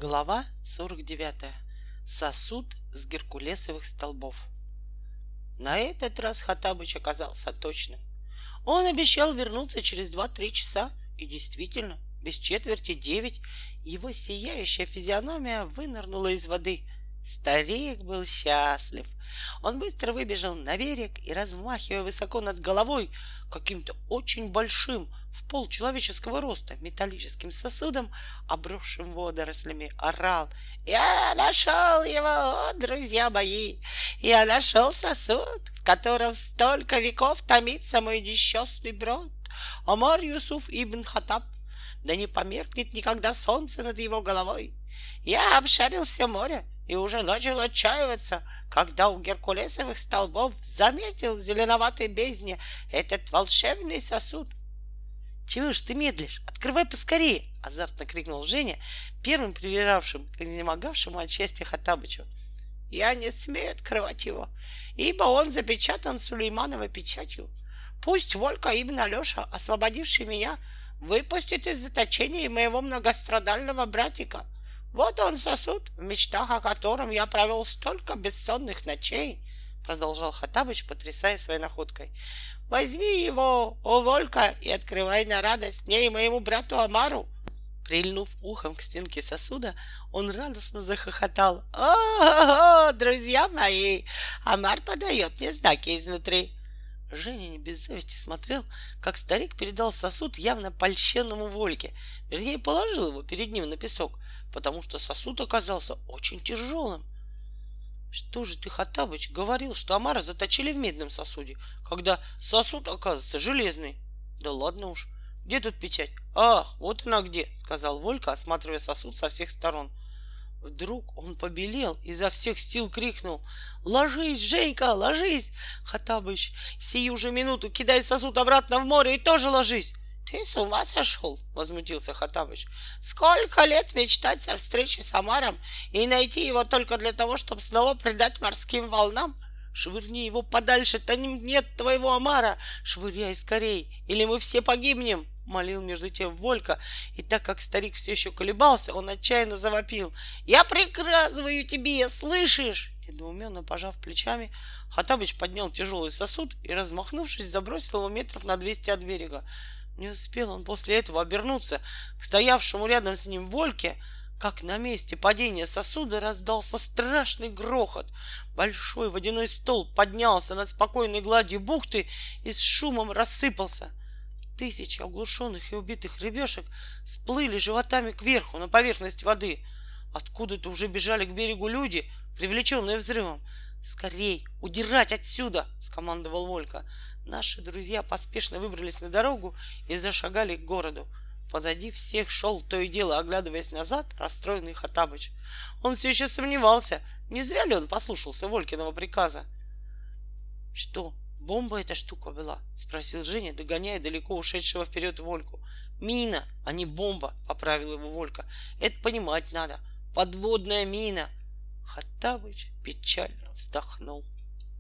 Глава 49. Сосуд с геркулесовых столбов. На этот раз Хоттабыч оказался точным. Он обещал вернуться через 2-3 часа, и действительно, без четверти 9 его сияющая физиономия вынырнула из воды. Старик был счастлив. Он быстро выбежал на берег и, размахивая высоко над головой каким-то очень большим, в пол человеческого роста, металлическим сосудом, обросшим водорослями, орал: «Я нашел его, друзья мои! Я нашел сосуд, в котором столько веков томится мой несчастный брат Омар Юсуф ибн Хаттаб. Да не померкнет никогда солнце над его головой. Я обшарил все море и уже начал отчаиваться, когда у геркулесовых столбов заметил в зеленоватой бездне этот волшебный сосуд». «Чего ж ты медлишь? Открывай поскорее!» — азартно крикнул Женя, первым прибежавшим к изнемогавшему от счастья Хоттабычу. «Я не смею открывать его, ибо он запечатан Сулеймановой печатью. Пусть Волька ибн Алеша, освободивший меня, выпустит из заточения моего многострадального братика. Вот он сосуд, в мечтах о котором я провел столько бессонных ночей», — продолжал Хоттабыч, потрясая своей находкой. «Возьми его, о Волька, и открывай на радость мне и моему брату Омару». Прильнув ухом к стенке сосуда, он радостно захохотал. «О, друзья мои, Омар подает мне знаки изнутри». Женя не без зависти смотрел, как старик передал сосуд явно польщенному Вольке, вернее, положил его перед ним на песок, потому что сосуд оказался очень тяжелым. «Что же ты, Хоттабыч, говорил, что Омара заточили в медном сосуде, когда сосуд, оказывается, железный?» «Да ладно уж, где тут печать?» «А, вот она где», — сказал Волька, осматривая сосуд со всех сторон. Вдруг он побелел, изо всех сил крикнул: «Ложись, Женька, ложись! Хоттабыч, сию же минуту кидай сосуд обратно в море и тоже ложись!» «Ты с ума сошел?» — возмутился Хоттабыч. «Сколько лет мечтать о встрече с Омаром и найти его только для того, чтобы снова предать морским волнам? Швырни его подальше, там нет твоего Омара! Швыряй скорей, или мы все погибнем!» — молил между тем Волька, и так как старик все еще колебался, он отчаянно завопил: «Я приказываю тебе, слышишь?» Недоуменно пожав плечами, Хоттабыч поднял тяжелый сосуд и, размахнувшись, забросил его метров на 200 от берега. Не успел он после этого обернуться к стоявшему рядом с ним Вольке, как на месте падения сосуда раздался страшный грохот. Большой водяной столб поднялся над спокойной гладью бухты и с шумом рассыпался. Тысячи оглушенных и убитых рыбешек сплыли животами кверху на поверхность воды. Откуда-то уже бежали к берегу люди, привлеченные взрывом. «Скорей, удирать отсюда!» — скомандовал Волька. Наши друзья поспешно выбрались на дорогу и зашагали к городу. Позади всех шел, то и дело оглядываясь назад, расстроенный Хоттабыч. Он все еще сомневался, не зря ли он послушался Волькиного приказа. «Что, бомба эта штука была?» — спросил Женя, догоняя далеко ушедшего вперед Вольку. «Мина, а не бомба», — поправил его Волька. «Это понимать надо. Подводная мина». Хоттабыч печально вздохнул.